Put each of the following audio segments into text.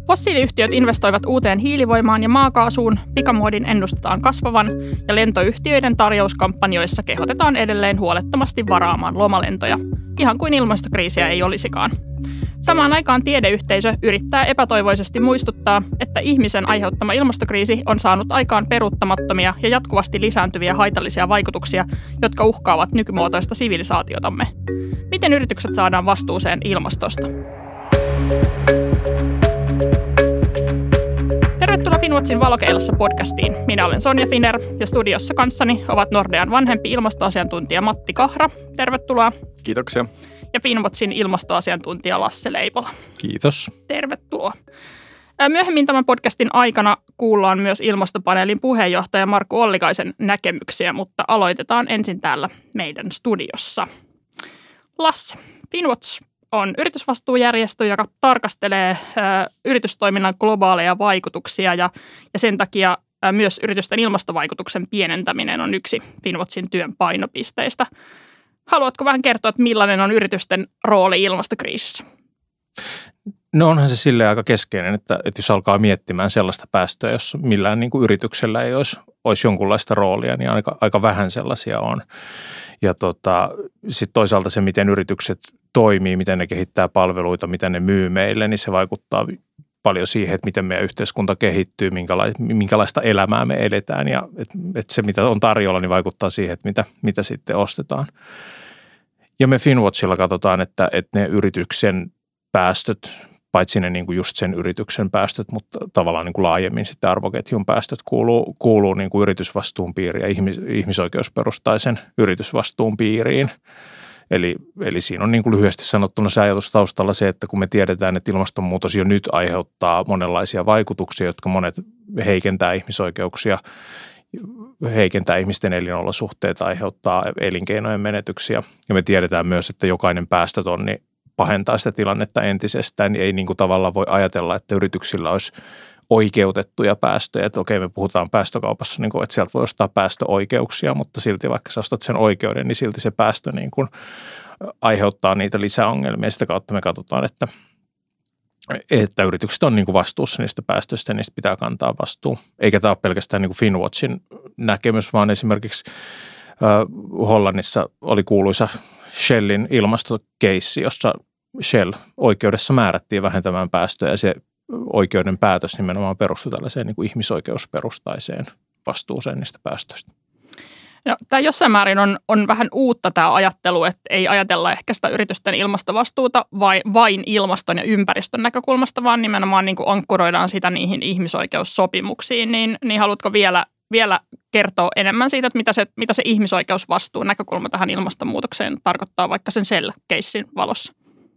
Fossiiliyhtiöt investoivat uuteen hiilivoimaan ja maakaasuun, pikamuodin ennustetaan kasvavan ja lentoyhtiöiden tarjouskampanjoissa kehotetaan edelleen huolettomasti varaamaan lomalentoja, ihan kuin ilmastokriisiä ei olisikaan. Samaan aikaan tiedeyhteisö yrittää epätoivoisesti muistuttaa, että ihmisen aiheuttama ilmastokriisi on saanut aikaan peruuttamattomia ja jatkuvasti lisääntyviä haitallisia vaikutuksia, jotka uhkaavat nykymuotoista sivilisaatiotamme. Miten yritykset saadaan vastuuseen ilmastosta? Tervetuloa Finnwatchin Valokeilassa podcastiin. Minä olen Sonja Finer ja studiossa kanssani ovat Nordean vanhempi ilmastoasiantuntija Matti Kahra. Tervetuloa. Kiitoksia. Ja Finnwatchin ilmastoasiantuntija Lasse Leipola. Kiitos. Tervetuloa. Myöhemmin tämän podcastin aikana kuullaan myös ilmastopaneelin puheenjohtaja Markku Ollikaisen näkemyksiä, mutta aloitetaan ensin täällä meidän studiossa. Lasse, Finnwatch on yritysvastuujärjestö, joka tarkastelee yritystoiminnan globaaleja vaikutuksia ja sen takia myös yritysten ilmastovaikutuksen pienentäminen on yksi Finnwatchin työn painopisteistä. Haluatko vähän kertoa, että millainen on yritysten rooli ilmastokriisissä? No onhan se silleen aika keskeinen, että jos alkaa miettimään sellaista päästöä, jos millään niin kuin yrityksellä ei olisi jonkunlaista roolia, niin aika vähän sellaisia on. Ja sitten toisaalta se, miten yritykset toimii, miten ne kehittää palveluita, miten ne myy meille, niin se vaikuttaa paljon siihen, että miten meidän yhteiskunta kehittyy, minkälaista elämää me eletään ja että se, mitä on tarjolla, niin vaikuttaa siihen, että mitä sitten ostetaan. Ja me Finnwatchilla katsotaan, että ne yrityksen päästöt, paitsi ne niin kuin just sen yrityksen päästöt, mutta tavallaan niin kuin laajemmin sitten arvoketjun päästöt kuuluu niin kuin yritysvastuun piiriin ja ihmisoikeusperustaisen yritysvastuun piiriin. Eli siinä on niin kuin lyhyesti sanottuna se ajatus taustalla se, että kun me tiedetään, että ilmastonmuutos jo nyt aiheuttaa monenlaisia vaikutuksia, jotka monet heikentää ihmisoikeuksia, heikentää ihmisten elinolosuhteita, aiheuttaa elinkeinojen menetyksiä. Ja me tiedetään myös, että jokainen päästötonni pahentaa sitä tilannetta entisestään, niin ei niin kuin tavallaan voi ajatella, että yrityksillä olisi oikeutettuja päästöjä. Että okei, me puhutaan päästökaupassa, niin kuin, että sieltä voi ostaa päästöoikeuksia, mutta silti vaikka sä ostat sen oikeuden, niin silti se päästö niin kuin aiheuttaa niitä lisäongelmia. Sitä kautta me katsotaan, että yritykset on niin kuin vastuussa niistä päästöistä ja niistä pitää kantaa vastuu. Eikä tämä ole pelkästään niin kuin Finnwatchin näkemys, vaan esimerkiksi Hollannissa oli kuuluisa Shellin ilmastokeissi, jossa Shell oikeudessa määrättiin vähentämään päästöjä ja se oikeuden päätös nimenomaan perustui tällaiseen niin kuin ihmisoikeusperustaiseen vastuuseen niistä päästöistä. No, tämä jossain määrin on vähän uutta tämä ajattelu, että ei ajatella ehkä sitä yritysten ilmastovastuuta vain ilmaston ja ympäristön näkökulmasta, vaan nimenomaan niin kuin ankkuroidaan sitä niihin ihmisoikeussopimuksiin. Niin haluatko vielä kertoa enemmän siitä, että mitä se ihmisoikeusvastuun näkökulma tähän ilmastonmuutokseen tarkoittaa vaikka sen Shell-keissin valossa?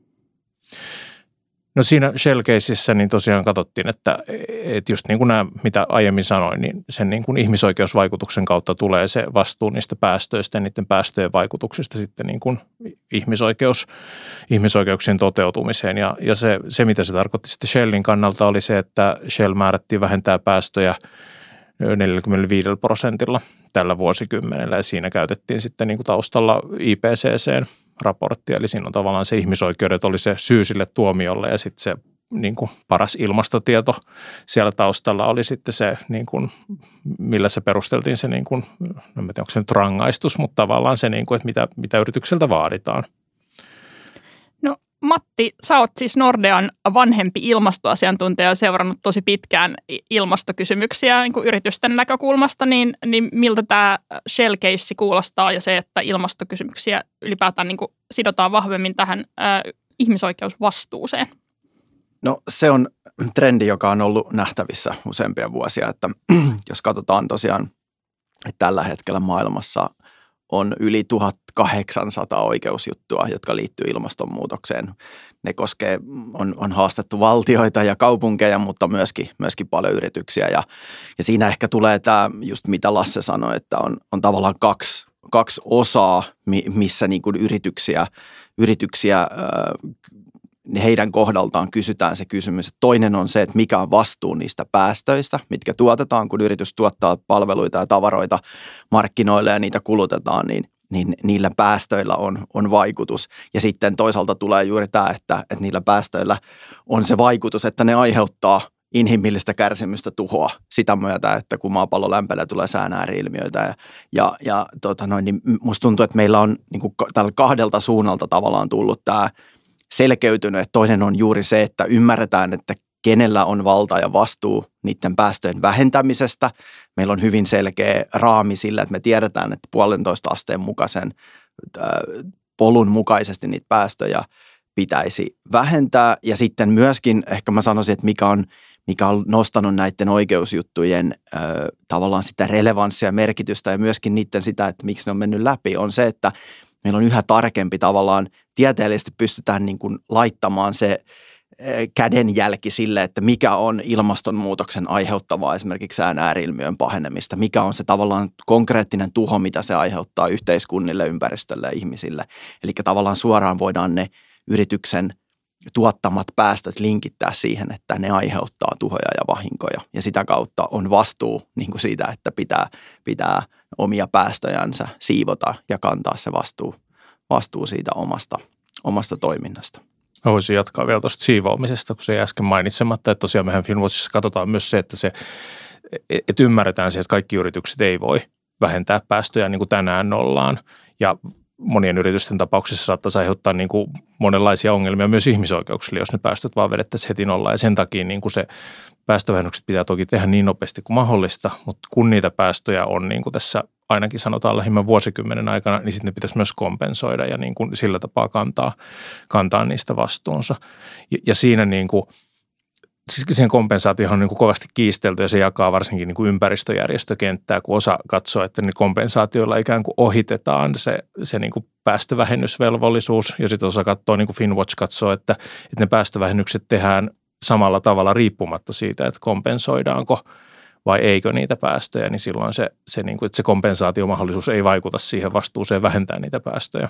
No siinä Shell-keississä niin tosiaan katsottiin, että just niin kuin nämä, mitä aiemmin sanoin, niin sen niin kuin ihmisoikeusvaikutuksen kautta tulee se vastuu niistä päästöistä ja niiden päästöjen vaikutuksista sitten niin kuin ihmisoikeuksien toteutumiseen. Ja se, mitä se tarkoitti sitten Shellin kannalta, oli se, että Shell määrättiin vähentää päästöjä 45% tällä vuosikymmenellä ja siinä käytettiin sitten niin kuin taustalla IPCC:n raporttia, eli siinä on tavallaan se ihmisoikeudet oli se syy sille tuomiolle ja sitten se niin kuin paras ilmastotieto siellä taustalla oli sitten se, niin kuin, millä se perusteltiin se, niin kuin, no en tiedä onko se nyt rangaistus, mutta tavallaan se, niin kuin, että mitä yritykseltä vaaditaan. No Matti, sä oot siis Nordean vanhempi ilmastoasiantuntija ja seurannut tosi pitkään ilmastokysymyksiä niin kuin yritysten näkökulmasta, niin miltä tämä Shell-keissi kuulostaa ja se, että ilmastokysymyksiä ylipäätään niin kuin sidotaan vahvemmin tähän ihmisoikeusvastuuseen? No se on trendi, joka on ollut nähtävissä useampia vuosia, että jos katsotaan tosiaan, että tällä hetkellä maailmassa on yli 1800 oikeusjuttua, jotka liittyy ilmastonmuutokseen. Ne koskee, on haastettu valtioita ja kaupunkeja, mutta myöskin paljon yrityksiä. Ja siinä ehkä tulee tämä, just mitä Lasse sanoi, että on tavallaan kaksi osaa, missä niin kuin yrityksiä heidän kohdaltaan kysytään se kysymys. Toinen on se, että mikä on vastuu niistä päästöistä, mitkä tuotetaan, kun yritys tuottaa palveluita ja tavaroita markkinoille ja niitä kulutetaan, niin niillä päästöillä on vaikutus. Ja sitten toisaalta tulee juuri tämä, että niillä päästöillä on se vaikutus, että ne aiheuttaa inhimillistä kärsimystä, tuhoa sitä myötä, että kun maapallo lämpenee, tulee sään ääri-ilmiöitä. Niin musta tuntuu, että meillä on niin kuin tällä kahdelta suunnalta tavallaan tullut tämä selkeytynyt. Että toinen on juuri se, että ymmärretään, että kenellä on valta ja vastuu niiden päästöjen vähentämisestä. Meillä on hyvin selkeä raami sillä, että me tiedetään, että 1,5 asteen mukaisen polun mukaisesti niitä päästöjä pitäisi vähentää. Ja sitten myöskin ehkä mä sanoisin, että mikä on nostanut näiden oikeusjuttujen tavallaan sitä relevanssia ja merkitystä ja myöskin niiden sitä, että miksi ne on mennyt läpi, on se, että meillä on yhä tarkempi tavallaan tieteellisesti pystytään niin kuin laittamaan se kädenjälki sille, että mikä on ilmastonmuutoksen aiheuttamaa esimerkiksi sään ääri-ilmiön pahenemista, mikä on se tavallaan konkreettinen tuho, mitä se aiheuttaa yhteiskunnille, ympäristölle ja ihmisille. Eli tavallaan suoraan voidaan ne yrityksen tuottamat päästöt linkittää siihen, että ne aiheuttaa tuhoja ja vahinkoja. Ja sitä kautta on vastuu niin kuin siitä, että pitää omia päästöjänsä siivota ja kantaa se vastuu siitä omasta toiminnasta. Mä voisin jatkaa vielä tuosta siivoamisesta, kun se ei äsken mainitsematta. Että tosiaan mehän Finnwatchissa katsotaan myös se, että ymmärretään se, että kaikki yritykset ei voi vähentää päästöjä niin kuin tänään nollaan. Ja monien yritysten tapauksessa saattaisi aiheuttaa niin kuin monenlaisia ongelmia myös ihmisoikeuksille, jos ne päästöt vaan vedettäisiin heti nollaan. Ja sen takia niin kuin se päästövähennykset pitää toki tehdä niin nopeasti kuin mahdollista, mutta kun niitä päästöjä on niin kuin tässä ainakin sanotaan lähimmän vuosikymmenen aikana, niin sitten ne pitäisi myös kompensoida ja niin kuin sillä tapaa kantaa niistä vastuunsa. Ja siinä niin kuin, siis sen kompensaatio on niin kuin kovasti kiistelty ja se jakaa varsinkin niin kuin ympäristöjärjestökenttää, kun osa katsoo, että ne kompensaatioilla ikään kuin ohitetaan se niin kuin päästövähennysvelvollisuus ja sitten osa katsoo, niin kuin Finnwatch katsoo, että ne päästövähennykset tehdään samalla tavalla riippumatta siitä, että kompensoidaanko vai eikö niitä päästöjä, niin silloin se, niin kuin, että se kompensaatiomahdollisuus ei vaikuta siihen vastuuseen vähentää niitä päästöjä.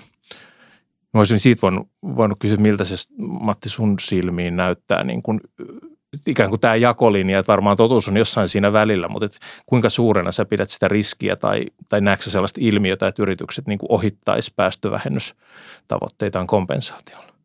Mä olisin siitä voinut kysyä, miltä se, Matti, sun silmiin näyttää niin kuin, ikään kuin tämä jakolinja, että varmaan totuus on jossain siinä välillä, mutta et kuinka suurena sä pidät sitä riskiä tai näetkö sellaista ilmiötä, että yritykset niin kuin ohittaisi päästöväännystavoitteitaan kompensaatiolla?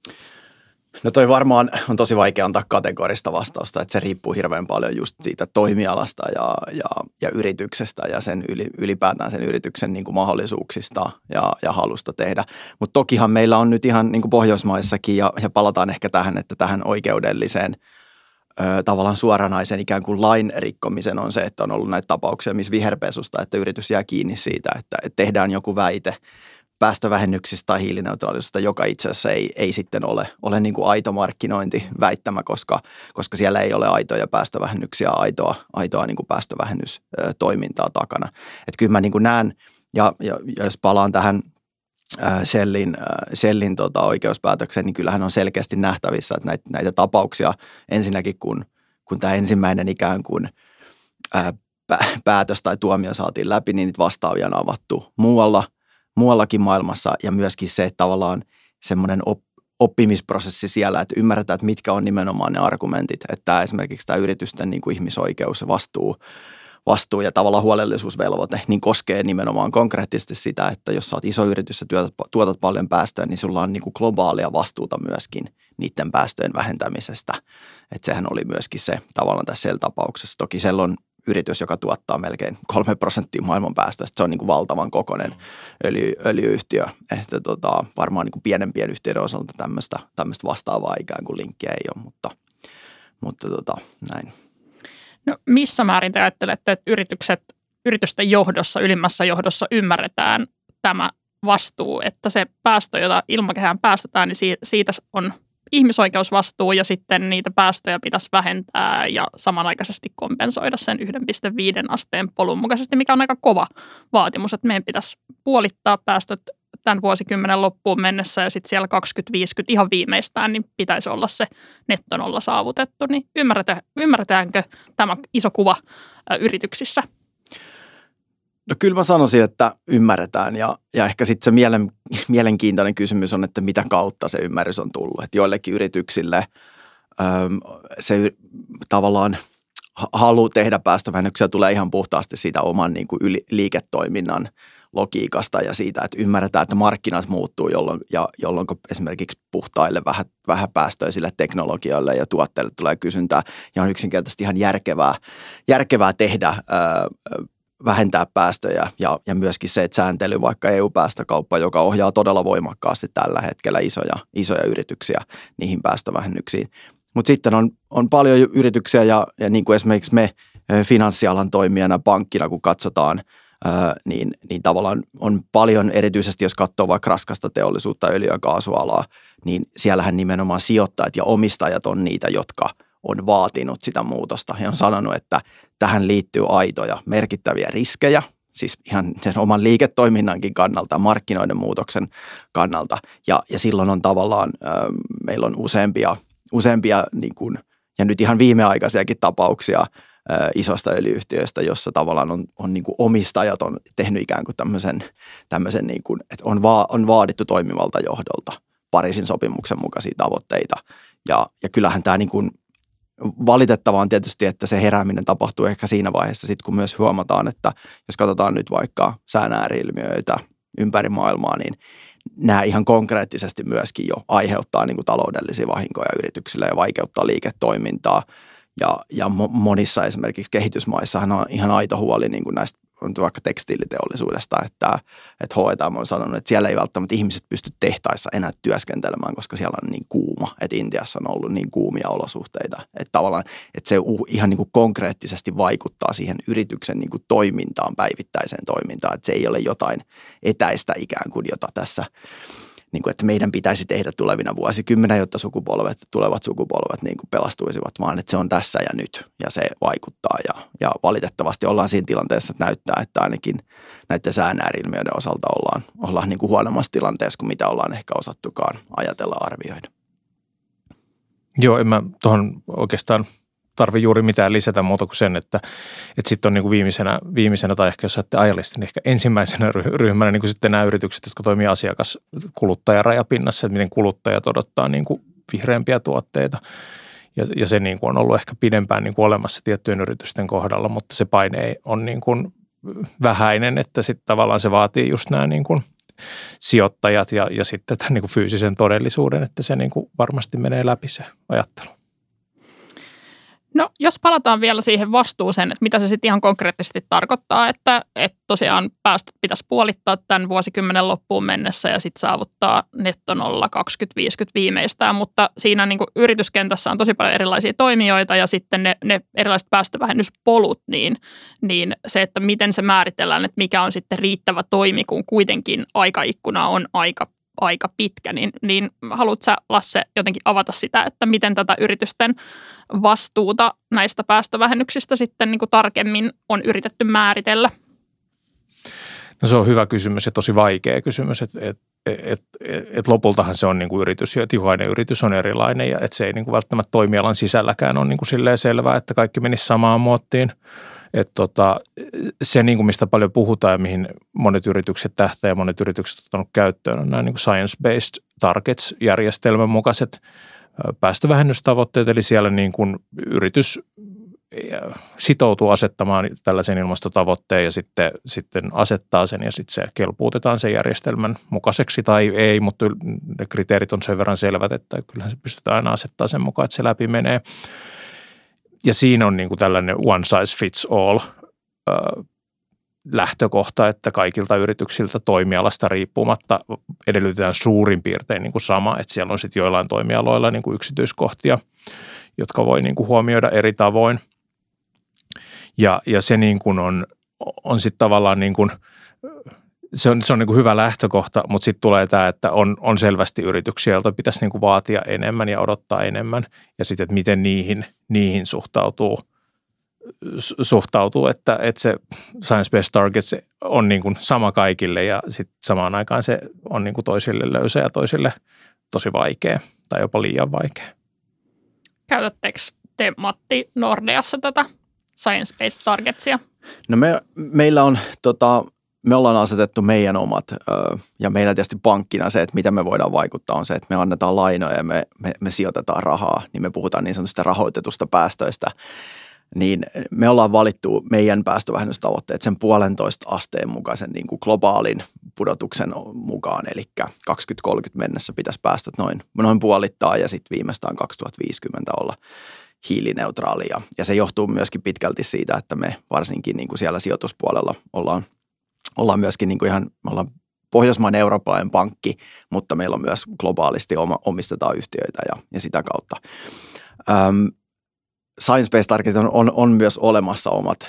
No toi varmaan on tosi vaikea antaa kategorista vastausta, että se riippuu hirveän paljon just siitä toimialasta ja yrityksestä ja sen ylipäätään sen yrityksen niin kuin mahdollisuuksista ja halusta tehdä. Mutta tokihan meillä on nyt ihan niin kuin Pohjoismaissakin ja palataan ehkä tähän oikeudelliseen tavallaan suoranaisen ikään kuin lain rikkomisen on se, että on ollut näitä tapauksia, missä viherpesusta, että yritys jää kiinni siitä, että tehdään joku väite päästövähennyksistä tai hiilineutraalisuudesta, joka itse asiassa ei sitten ole niin kuin aito markkinointiväittämä, koska siellä ei ole aitoja päästövähennyksiä, aitoa niin kuin päästövähennystoimintaa takana. Että kyllä mä niin kuin näen, ja jos palaan tähän Shellin oikeuspäätökseen, niin kyllähän on selkeästi nähtävissä, että näitä tapauksia ensinnäkin, kun tämä ensimmäinen ikään kuin päätös tai tuomio saatiin läpi, niin niitä vastaavia on avattu muuallakin maailmassa ja myöskin se, että tavallaan semmoinen oppimisprosessi siellä, että ymmärretään, että mitkä on nimenomaan ne argumentit, että esimerkiksi tämä yritysten niin kuin ihmisoikeus, vastuu ja tavallaan huolellisuusvelvoite, niin koskee nimenomaan konkreettisesti sitä, että jos sä oot iso yritys ja tuotat paljon päästöjä, niin sulla on niin kuin globaalia vastuuta myöskin niiden päästöjen vähentämisestä. Että sehän oli myöskin se tavallaan tässä Shell-tapauksessa. Toki Shell on yritys, joka tuottaa melkein 3% maailman päästöistä. Se on niin kuin valtavan kokoinen öljyyhtiö. Että varmaan niin kuin pienempien yhtiöiden osalta tämmöistä vastaavaa ikään kuin linkkiä ei ole, mutta näin. No missä määrin te ajattelette, että yritysten johdossa, ylimmässä johdossa ymmärretään tämä vastuu, että se päästö, jota ilmakehään päästetään, niin siitä on ihmisoikeusvastuu ja sitten niitä päästöjä pitäisi vähentää ja samanaikaisesti kompensoida sen 1,5 asteen polun mukaisesti, mikä on aika kova vaatimus, että meidän pitäisi puolittaa päästöt tämän vuosikymmenen loppuun mennessä ja sitten siellä 2050 ihan viimeistään, niin pitäisi olla se nettonolla saavutettu. Niin ymmärretäänkö tämä iso kuva yrityksissä? No kyllä mä sanoisin, että ymmärretään ja ehkä sitten se mielenkiintoinen kysymys on, että mitä kautta se ymmärrys on tullut. Että joillekin yrityksille se tavallaan halu tehdä päästövähennyksiä tulee ihan puhtaasti siitä oman niin kuin liiketoiminnan logiikasta ja siitä, että ymmärretään, että markkinat muuttuu, jolloin esimerkiksi puhtaille vähäpäästöisille teknologioille ja tuotteille tulee kysyntää ja on yksinkertaisesti ihan järkevää tehdä vähentää päästöjä ja myöskin se, että sääntely, vaikka EU-päästökauppa, joka ohjaa todella voimakkaasti tällä hetkellä isoja yrityksiä niihin päästövähennyksiin. Mutta sitten on paljon yrityksiä ja niin kuin esimerkiksi me finanssialan toimijana pankkina, kun katsotaan, niin tavallaan on paljon, erityisesti jos katsoo vaikka raskasta teollisuutta, öljy- ja kaasualaa, niin siellähän nimenomaan sijoittajat ja omistajat on niitä, jotka on vaatinut sitä muutosta. He on sanonut, että tähän liittyy aitoja merkittäviä riskejä, siis ihan sen oman liiketoiminnankin kannalta, markkinoiden muutoksen kannalta. Ja silloin on tavallaan, meillä on useampia niin kuin, ja nyt ihan viimeaikaisiakin tapauksia isosta öljyyhtiöistä, jossa tavallaan on niin kuin omistajat on tehnyt ikään kuin tämmöisen niin kuin, että on vaadittu toimivalta johdolta Pariisin sopimuksen mukaisia tavoitteita. Ja kyllähän tämä niin kuin valitettavaa on tietysti, että se herääminen tapahtuu ehkä siinä vaiheessa sitten, kun myös huomataan, että jos katsotaan nyt vaikka sään ääri-ilmiöitä ympäri maailmaa, niin nämä ihan konkreettisesti myöskin jo aiheuttaa niin kuin taloudellisia vahinkoja yrityksille ja vaikeuttaa liiketoimintaa. Ja monissa esimerkiksi kehitysmaissahan on ihan aito huoli niin kuin näistä vaikka tekstiiliteollisuudesta, että H&M on sanonut, että siellä ei välttämättä ihmiset pysty tehtaissa enää työskentelemään, koska siellä on niin kuuma, että Intiassa on ollut niin kuumia olosuhteita, että tavallaan että se ihan niin kuin konkreettisesti vaikuttaa siihen yrityksen niin kuin toimintaan, päivittäiseen toimintaan, että se ei ole jotain etäistä ikään kuin, jota tässä niin kuin, että meidän pitäisi tehdä tulevina vuosikymmenä, jotta tulevat sukupolvet niin kuin pelastuisivat, vaan että se on tässä ja nyt ja se vaikuttaa. Ja valitettavasti ollaan siinä tilanteessa, että näyttää, että ainakin näiden sään ääri-ilmiöiden osalta ollaan niin kuin huonommassa tilanteessa kuin mitä ollaan ehkä osattukaan ajatella arvioida. Joo, en mä tuohon oikeastaan tarvi juuri mitään lisätä muuta kuin sen, että sitten on niin kuin viimeisenä tai ehkä jos saatte ajallisesti, niin ehkä ensimmäisenä ryhmänä niin kuin sitten nämä yritykset, jotka toimii asiakas-kuluttajarajapinnassa, että miten kuluttajat odottaa niin kuin vihreämpiä tuotteita. Ja se niin kuin on ollut ehkä pidempään niin kuin olemassa tiettyjen yritysten kohdalla, mutta se paine on niin kuin vähäinen, että sitten tavallaan se vaatii just nämä niin kuin sijoittajat ja sitten tämän niin kuin fyysisen todellisuuden, että se niin kuin varmasti menee läpi se ajattelu. No jos palataan vielä siihen vastuuseen, että mitä se sitten ihan konkreettisesti tarkoittaa, että tosiaan päästöt pitäisi puolittaa tämän vuosikymmenen loppuun mennessä ja sitten saavuttaa netto 0 2050 viimeistään, mutta siinä niin kuin yrityskentässä on tosi paljon erilaisia toimijoita ja sitten ne erilaiset päästövähennyspolut, niin se, että miten se määritellään, että mikä on sitten riittävä toimi, kun kuitenkin aikaikkuna on aika pitkä, niin haluatko sä, Lasse, jotenkin avata sitä, että miten tätä yritysten vastuuta näistä päästövähennyksistä sitten niin kuin tarkemmin on yritetty määritellä? No se on hyvä kysymys ja tosi vaikea kysymys, että lopultahan se on niin kuin yritys ja jokainen yritys on erilainen ja että se ei niin kuin välttämättä toimialan sisälläkään ole niin kuin silleen selvää, että kaikki menisi samaan muottiin. Että se, niin kuin mistä paljon puhutaan ja mihin monet yritykset tähtää ja monet yritykset ovat ottanut käyttöön, on nämä niin kuin science-based targets-järjestelmän mukaiset päästövähennystavoitteet. Eli siellä niin kuin yritys sitoutuu asettamaan tällaisen ilmastotavoitteen ja sitten asettaa sen ja sitten se kelpuutetaan sen järjestelmän mukaiseksi tai ei, mutta ne kriteerit on sen verran selvät, että kyllähän se pystytään aina asettaa sen mukaan, että se läpi menee. Ja siinä on niin kuin tällainen one size fits all lähtökohta, että kaikilta yrityksiltä toimialasta riippumatta edellytetään suurin piirtein niin kuin sama, että siellä on sitten joillain toimialoilla niin kuin yksityiskohtia, jotka voi niin kuin huomioida eri tavoin. Ja se niin kuin on sitten tavallaan niin kuin, se on niin kuin hyvä lähtökohta, mutta sitten tulee tämä, että on selvästi yrityksiä, joilta pitäisi niin kuin vaatia enemmän ja odottaa enemmän. Ja sitten, että miten niihin suhtautuu että se science-based targets on niin kuin sama kaikille ja sitten samaan aikaan se on niin kuin toisille löysä ja toisille tosi vaikea tai jopa liian vaikea. Käytättekö te, Matti, Nordeassa tätä science-based targetsia? No meillä on me ollaan asetettu meidän omat ja meillä tietysti pankkina se, että mitä me voidaan vaikuttaa on se, että me annetaan lainoja ja me sijoitetaan rahaa, niin me puhutaan niin sanotusta rahoitetusta päästöistä. niin me ollaan valittu meidän päästövähennystavoitteet sen 1,5 asteen mukaisen niin kuin globaalin pudotuksen mukaan. Eli 2030 mennessä pitäisi päästöt noin puolittaa ja sitten viimeistään 2050 olla hiilineutraalia. Ja se johtuu myöskin pitkälti siitä, että me varsinkin niin kuin siellä sijoituspuolella ollaan myöskin niin kuin me ollaan Pohjoismainen eurooppalainen pankki, mutta meillä on myös globaalisti omistetaan yhtiöitä ja sitä kautta. Science-based target on myös olemassa omat,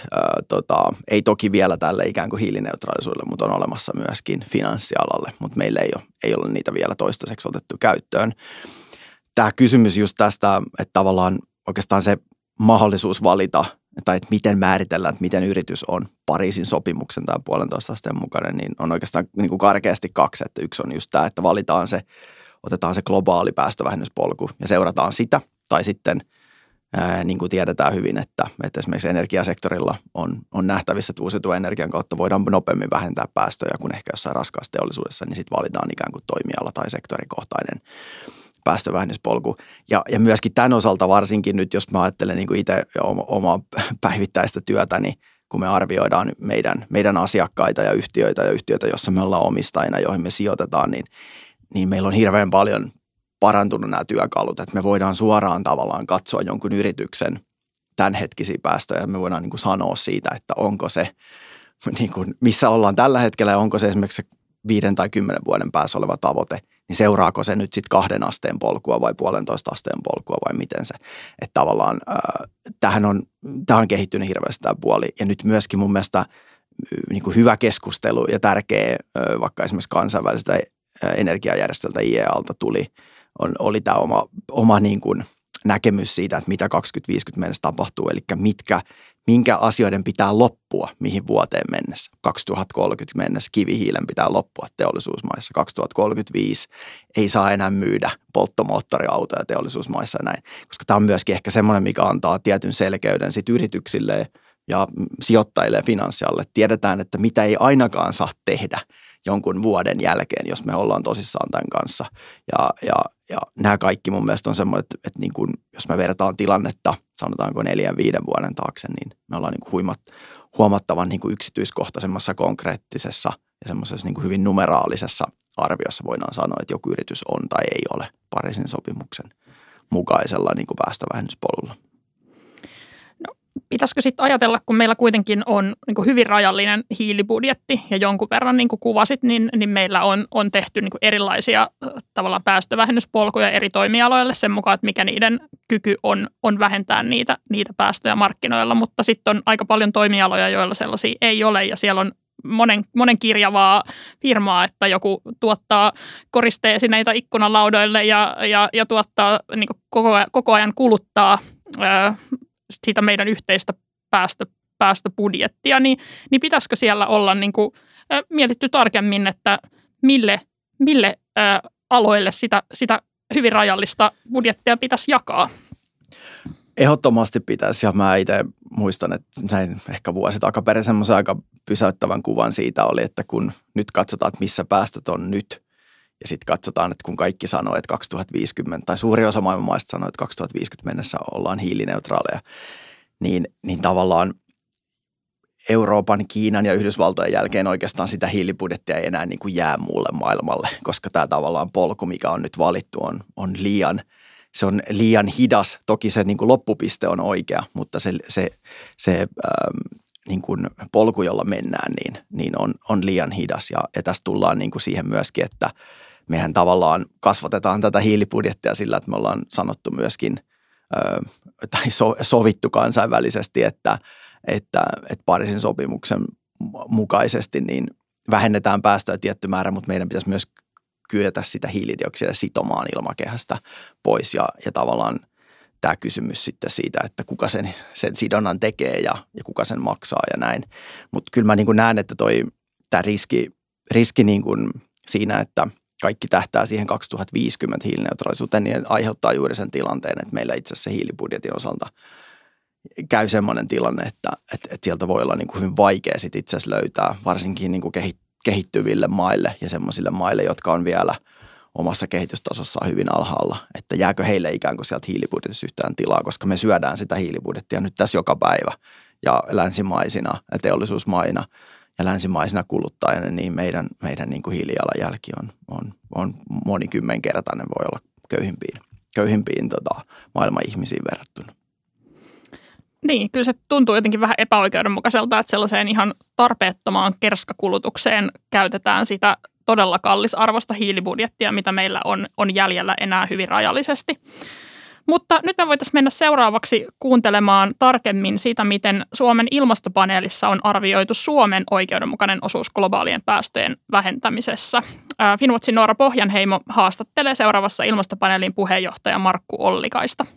ei toki vielä tälle ikään kuin hiilineutraalisuudelle, mutta on olemassa myöskin finanssialalle, mutta meillä ei ole niitä vielä toistaiseksi otettu käyttöön. Tämä kysymys just tästä, että tavallaan oikeastaan se mahdollisuus valita, tai että miten määritellään, että miten yritys on Pariisin sopimuksen tai 1,5 asteen mukainen, niin on oikeastaan niin kuin karkeasti kaksi. Että yksi on just tämä, että otetaan se globaali päästövähennyspolku ja seurataan sitä, tai sitten niin kuin tiedetään hyvin, että esimerkiksi energiasektorilla on nähtävissä, että uusiutuvan energian kautta voidaan nopeammin vähentää päästöjä kuin ehkä jossain raskaassa teollisuudessa, niin sitten valitaan ikään kuin toimiala- tai sektorikohtainen päästövähennyspolku. Ja myöskin tämän osalta varsinkin nyt, jos mä ajattelen niin kuin itse omaa päivittäistä työtäni, kun me arvioidaan meidän asiakkaita ja yhtiöitä, joissa me ollaan omistajina, joihin me sijoitetaan, niin meillä on hirveän paljon parantunut nämä työkalut, että me voidaan suoraan tavallaan katsoa jonkun yrityksen tämänhetkisiä päästöjä. Me voidaan niin kuin sanoa siitä, että onko se, niin kuin, missä ollaan tällä hetkellä ja onko se esimerkiksi 5 tai 10 vuoden päässä oleva tavoite, niin seuraako se nyt sitten 2 asteen polkua vai 1,5 asteen polkua vai miten se. Että tavallaan tähän on kehittynyt hirveästi tämä puoli ja nyt myöskin mun mielestä niin kuin hyvä keskustelu ja tärkeä vaikka esimerkiksi kansainväliseltä energiajärjestöltä IEAlta oli tämä oma niin kuin näkemys siitä, että mitä 2050 mennessä tapahtuu, eli minkä asioiden pitää loppua mihin vuoteen mennessä. 2030 mennessä kivihiilen pitää loppua teollisuusmaissa. 2035 ei saa enää myydä polttomoottoriautoja teollisuusmaissa ja näin, koska tämä on myöskin ehkä semmoinen, mikä antaa tietyn selkeyden sit yrityksille ja sijoittajille ja finanssialle. Tiedetään, että mitä ei ainakaan saa tehdä jonkun vuoden jälkeen, jos me ollaan tosissaan tämän kanssa. Ja nämä kaikki mun mielestä on semmoinen, että niin kuin, jos me vertaan tilannetta, sanotaanko 4-5 vuoden taakse, niin me ollaan niin kuin huomattavan niin kuin yksityiskohtaisemmassa, konkreettisessa ja semmoisessa niin kuin hyvin numeraalisessa arviossa voidaan sanoa, että joku yritys on tai ei ole Pariisin sopimuksen mukaisella niin kuin päästövähennyspolulla. Pitäisikö sitten ajatella, kun meillä kuitenkin on niin kuin hyvin rajallinen hiilibudjetti ja jonkun verran niin kuin kuvasit, niin meillä on tehty niin kuin erilaisia tavallaan päästövähennyspolkuja eri toimialoille sen mukaan, että mikä niiden kyky on vähentää niitä päästöjä markkinoilla, mutta sitten on aika paljon toimialoja, joilla sellaisia ei ole ja siellä on monen kirjavaa firmaa, että joku tuottaa koristeesineitä ikkunalaudoille ja tuottaa niin kuin koko ajan kuluttaa siitä meidän yhteistä päästöbudjettia, niin pitäisikö siellä olla niin kuin mietitty tarkemmin, että mille aloille sitä hyvin rajallista budjettia pitäisi jakaa? Ehdottomasti pitäisi, ja mä itse muistan, että näin ehkä vuosi takaperin semmoisen aika pysäyttävän kuvan siitä oli, että kun nyt katsotaan, että missä päästöt on nyt, ja sitten katsotaan, että kun kaikki sanoo, että 2050, tai suuri osa maailman maista sanoo, että 2050 mennessä ollaan hiilineutraaleja, niin tavallaan Euroopan, Kiinan ja Yhdysvaltojen jälkeen oikeastaan sitä hiilibudjettia ei enää niin kuin jää muulle maailmalle, koska tämä tavallaan polku, mikä on nyt valittu, on liian hidas. Toki se niin kuin loppupiste on oikea, mutta se niin kuin polku, jolla mennään, niin on liian hidas. Ja tästä tullaan niin kuin siihen myöskin, että mehän tavallaan kasvatetaan tätä hiilibudjettia sillä, että me ollaan sanottu myöskin tai sovittu kansainvälisesti, että Pariisin sopimuksen mukaisesti niin vähennetään päästöjä tietty määrä, mutta meidän pitäisi myös kyetä sitä hiilidioksidia sitomaan ilmakehästä pois ja tavallaan tämä kysymys sitten siitä, että kuka sen sidonnan tekee ja kuka sen maksaa ja näin. Mutta kyllä mä niin kuin näen, että tämä riski niin kuin siinä, että kaikki tähtää siihen 2050 hiilineutraalisuuteen, niin aiheuttaa juuri sen tilanteen, että meillä itse asiassa hiilibudjetin osalta käy semmoinen tilanne, että sieltä voi olla niin kuin hyvin vaikea sit itse asiassa löytää, varsinkin niin kuin kehittyville maille ja semmoisille maille, jotka on vielä omassa kehitystasossaan hyvin alhaalla, että jääkö heille ikään kuin sieltä hiilibudjetissa yhtään tilaa, koska me syödään sitä hiilibudjettia nyt tässä joka päivä ja länsimaisina ja teollisuusmaina ja länsimaisina kuluttajina, niin meidän niin kuin hiilijalanjälki on monikymmenkertainen, voi olla köyhimpiin maailman ihmisiin verrattuna. Niin, kyllä se tuntuu jotenkin vähän epäoikeudenmukaiselta, että sellaiseen ihan tarpeettomaan kerskakulutukseen käytetään sitä todella kallisarvoista hiilibudjettia, mitä meillä on jäljellä enää hyvin rajallisesti. Mutta nyt me voitaisiin mennä seuraavaksi kuuntelemaan tarkemmin siitä, miten Suomen ilmastopaneelissa on arvioitu Suomen oikeudenmukainen osuus globaalien päästöjen vähentämisessä. Finnwatchin Noora Pohjanheimo haastattelee seuraavassa ilmastopaneelin puheenjohtaja Markku Ollikaista.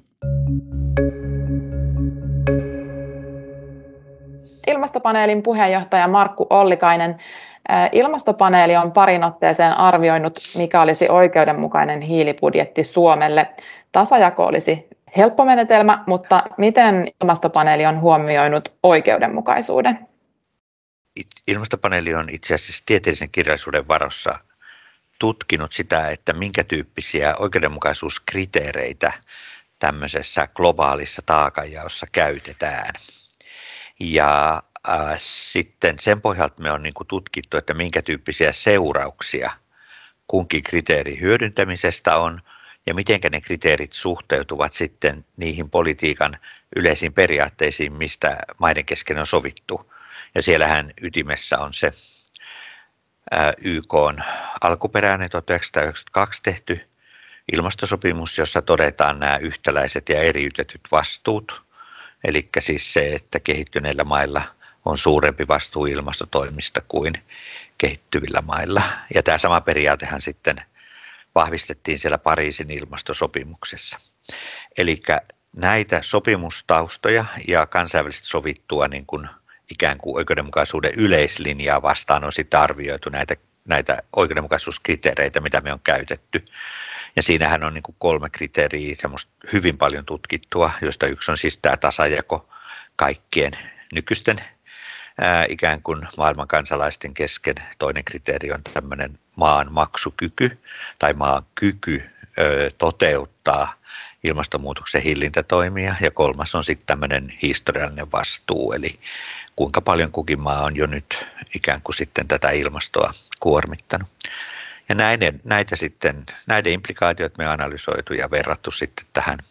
Ilmastopaneelin puheenjohtaja Markku Ollikainen. Ilmastopaneeli on parin otteeseen arvioinut, mikä olisi oikeudenmukainen hiilibudjetti Suomelle. Tasajako olisi helppo menetelmä, mutta miten ilmastopaneeli on huomioinut oikeudenmukaisuuden? Ilmastopaneeli on itse asiassa tieteellisen kirjallisuuden varossa tutkinut sitä, että minkä tyyppisiä oikeudenmukaisuuskriteereitä tämmöisessä globaalissa taakanjaossa käytetään. Ja sitten sen pohjalta me on niin kuin tutkittu, että minkä tyyppisiä seurauksia kunkin kriteerin hyödyntämisestä on ja miten ne kriteerit suhteutuvat sitten niihin politiikan yleisiin periaatteisiin, mistä maiden kesken on sovittu. Ja siellähän ytimessä on se YK:n alkuperäinen 1992 tehty ilmastosopimus, jossa todetaan nämä yhtäläiset ja eriytetyt vastuut. Eli siis se, että kehittyneillä mailla on suurempi vastuu ilmastotoimista kuin kehittyvillä mailla. Ja tämä sama periaatehan sitten vahvistettiin siellä Pariisin ilmastosopimuksessa. Eli näitä sopimustaustoja ja kansainvälisesti sovittua niin kuin ikään kuin oikeudenmukaisuuden yleislinjaa vastaan on sitten arvioitu näitä oikeudenmukaisuuskriteereitä, mitä me on käytetty. Ja siinähän on niin kuin 3 kriteeriä, semmoista hyvin paljon tutkittua, josta yksi on siis tämä tasajako kaikkien nykyisten ikään kuin maailman kansalaisten kesken. Toinen kriteeri on tämmöinen maan maksukyky tai maan kyky toteuttaa ilmastonmuutoksen hillintätoimia. Ja 3. on sitten tämmöinen historiallinen vastuu, eli kuinka paljon kukin maa on jo nyt ikään kuin sitten tätä ilmastoa kuormittanut. Ja näiden implikaatiot me on analysoitu ja verrattu sitten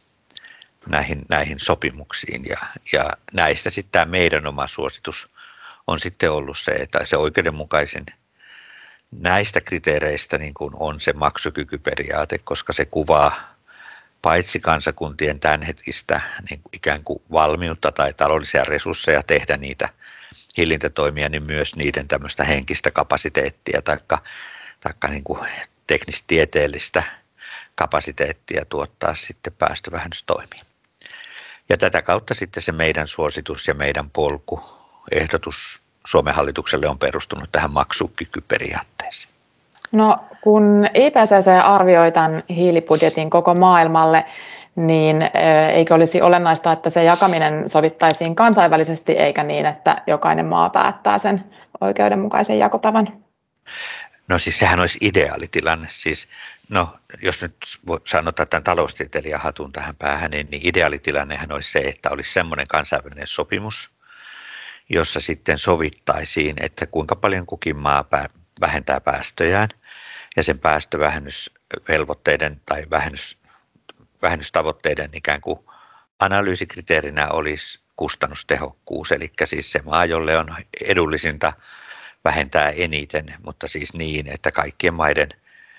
näihin sopimuksiin. Ja näistä sitten tämä meidän oma suositus on sitten ollut se, että se oikeudenmukaisin näistä kriteereistä niin kuin on se maksukykyperiaate, koska se kuvaa paitsi kansakuntien tämänhetkistä niin kuin ikään kuin valmiutta tai taloudellisia resursseja tehdä niitä hillintätoimia, niin myös niiden tämmöistä henkistä kapasiteettia tai niin kuin teknistieteellistä kapasiteettia tuottaa sitten päästövähennystoimia. Ja tätä kautta sitten se meidän suositus ja meidän polkuehdotus Suomen hallitukselle on perustunut tähän maksukykyperiaatteeseen. No kun IPCC arvioi tämän hiilibudjetin koko maailmalle, niin eikö olisi olennaista, että se jakaminen sovittaisiin kansainvälisesti eikä niin, että jokainen maa päättää sen oikeudenmukaisen jakotavan? No siis sehän olisi ideaalitilanne. Siis, jos nyt sanotaan tämän taloustieteilijän hatun tähän päähän, niin ideaalitilannehan olisi se, että olisi semmoinen kansainvälinen sopimus, jossa sitten sovittaisiin, että kuinka paljon kukin maa vähentää päästöjään ja sen päästövähennysvelvoitteiden tai vähennystavoitteiden ikään kuin analyysikriteerinä olisi kustannustehokkuus, eli siis se maa, jolle on edullisinta vähentää eniten, mutta siis niin, että kaikkien maiden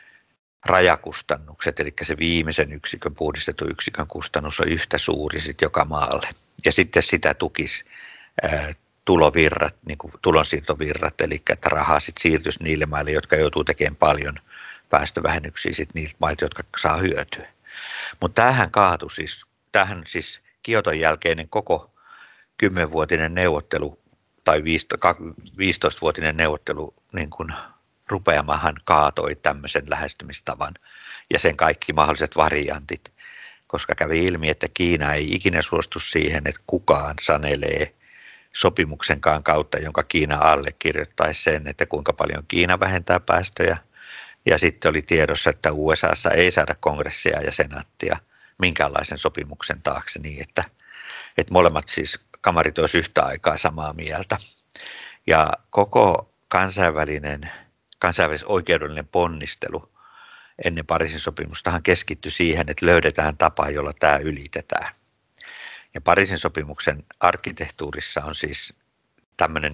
rajakustannukset, eli se viimeisen yksikön, puhdistetun yksikön kustannus on yhtä suuri sitten joka maalle. Ja sitten sitä tukisi tulovirrat, niin kuin tulonsiirtovirrat, eli että rahaa sitten siirtyisi niille maille, jotka joutuu tekemään paljon päästövähennyksiä sitten niiltä mailta, jotka saa hyötyä. Mutta tämähän siis Kioton jälkeinen koko 10-vuotinen neuvottelu tai 15-vuotinen neuvottelu niin kuin rupeamahan kaatoi tämmöisen lähestymistavan ja sen kaikki mahdolliset variantit, koska kävi ilmi, että Kiina ei ikinä suostu siihen, että kukaan sanelee sopimuksenkaan kautta, jonka Kiina allekirjoittaisi sen, että kuinka paljon Kiina vähentää päästöjä Ja sitten oli tiedossa, että USAssa ei saada kongressia ja senaattia minkäänlaisen sopimuksen taakse niin, että molemmat siis kamarit olisi yhtä aikaa samaa mieltä. Ja koko kansainvälis-oikeudellinen ponnistelu ennen Pariisin sopimustahan keskittyi siihen, että löydetään tapa, jolla tämä ylitetään. Ja Pariisin sopimuksen arkkitehtuurissa on siis tämmöinen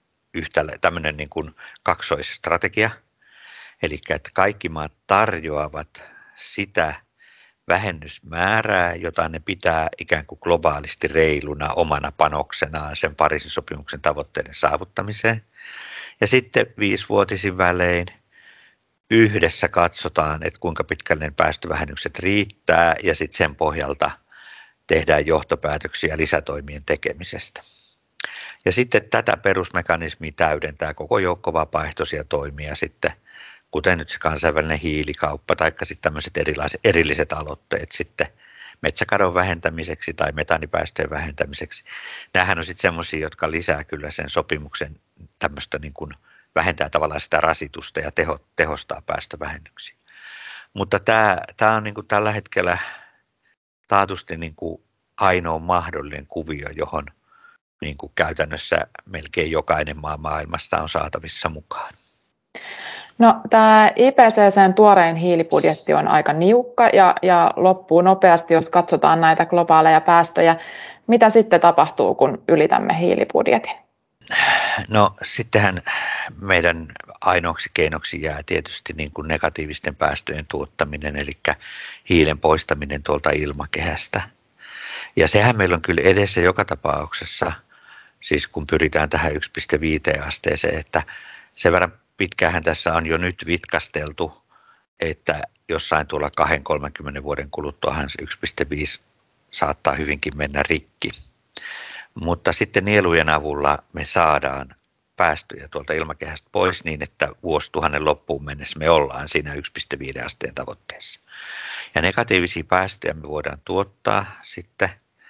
niin kuin kaksoisstrategia, eli että kaikki maat tarjoavat sitä vähennysmäärää, jota ne pitää ikään kuin globaalisti reiluna omana panoksenaan sen Pariisin sopimuksen tavoitteiden saavuttamiseen. Ja sitten 5-vuotisin välein yhdessä katsotaan, että kuinka pitkälle ne päästövähennykset riittää ja sitten sen pohjalta tehdään johtopäätöksiä lisätoimien tekemisestä. Ja sitten tätä perusmekanismia täydentää koko joukko vapaaehtoisia toimia sitten, kuten nyt se kansainvälinen hiilikauppa tai sitten tämmöiset erilliset aloitteet sitten metsäkadon vähentämiseksi tai metaanipäästöjen vähentämiseksi. Nämähän on sitten semmoisia, jotka lisää kyllä sen sopimuksen tämmöistä niin kuin vähentää tavallaan sitä rasitusta ja tehostaa päästövähennyksiä. Mutta tämä on niin kuin tällä hetkellä taatusti niin kuin ainoa mahdollinen kuvio, johon niin kuin käytännössä melkein jokainen maa maailmasta on saatavissa mukaan. No, tämä IPCC:n tuorein hiilibudjetti on aika niukka ja loppuu nopeasti, jos katsotaan näitä globaaleja päästöjä. Mitä sitten tapahtuu, kun ylitämme hiilibudjetin? No sittenhän meidän ainoaksi keinoksi jää tietysti niin kuin negatiivisten päästöjen tuottaminen, eli hiilen poistaminen tuolta ilmakehästä. Ja sehän meillä on kyllä edessä joka tapauksessa, siis kun pyritään tähän 1,5 asteeseen, että sen verran pitkäänhän tässä on jo nyt vitkasteltu, että jossain tuolla 20-30 vuoden kuluttuahan 1,5 saattaa hyvinkin mennä rikki. Mutta sitten nielujen avulla me saadaan päästöjä tuolta ilmakehästä pois niin, että vuosituhannen loppuun mennessä me ollaan siinä 1,5 asteen tavoitteessa. Ja negatiivisia päästöjä me voidaan tuottaa sitten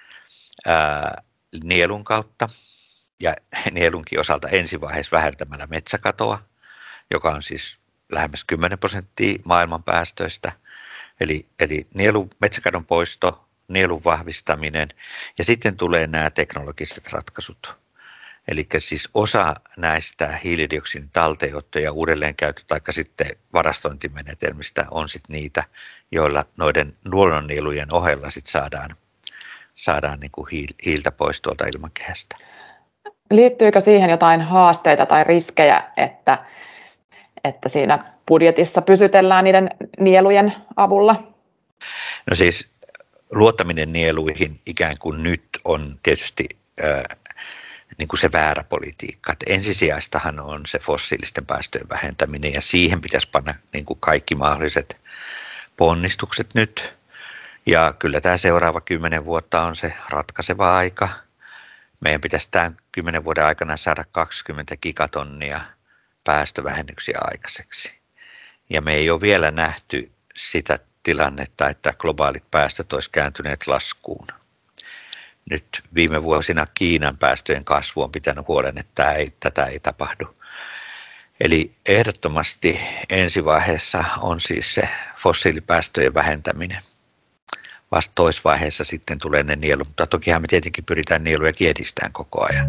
nielun kautta ja nielunkin osalta ensivaiheessa vähentämällä metsäkatoa, joka on siis lähemmäs 10% maailman päästöistä. Eli metsäkadon poisto, nielun vahvistaminen ja sitten tulee nämä teknologiset ratkaisut. Eli siis osa näistä hiilidioksidin talteenotto- ja uudelleenkäyttö- tai sitten varastointimenetelmistä on sitten niitä, joilla noiden luonnonnielujen ohella sitten saadaan niin kuin hiiltä pois tuolta ilmakehästä. Liittyykö siihen jotain haasteita tai riskejä, että siinä budjetissa pysytellään niiden nielujen avulla? No siis luottaminen nieluihin ikään kuin nyt on tietysti niin kuin se väärä politiikka. Että ensisijaistahan on se fossiilisten päästöjen vähentäminen ja siihen pitäisi panna niin kuin kaikki mahdolliset ponnistukset nyt. Ja kyllä tämä seuraava 10 vuotta on se ratkaiseva aika. Meidän pitäisi tämän 10 vuoden aikana saada 20 gigatonnia päästövähennyksiä aikaiseksi. Ja me ei ole vielä nähty sitä tilannetta, että globaalit päästöt olisi kääntyneet laskuun. Nyt viime vuosina Kiinan päästöjen kasvu on pitänyt huolen, että tätä ei tapahdu. Eli ehdottomasti ensivaiheessa on siis se fossiilipäästöjen vähentäminen. Vasta toisvaiheessa sitten tulee ne nielut, mutta tokihan me tietenkin pyritään nieluja edistämään koko ajan.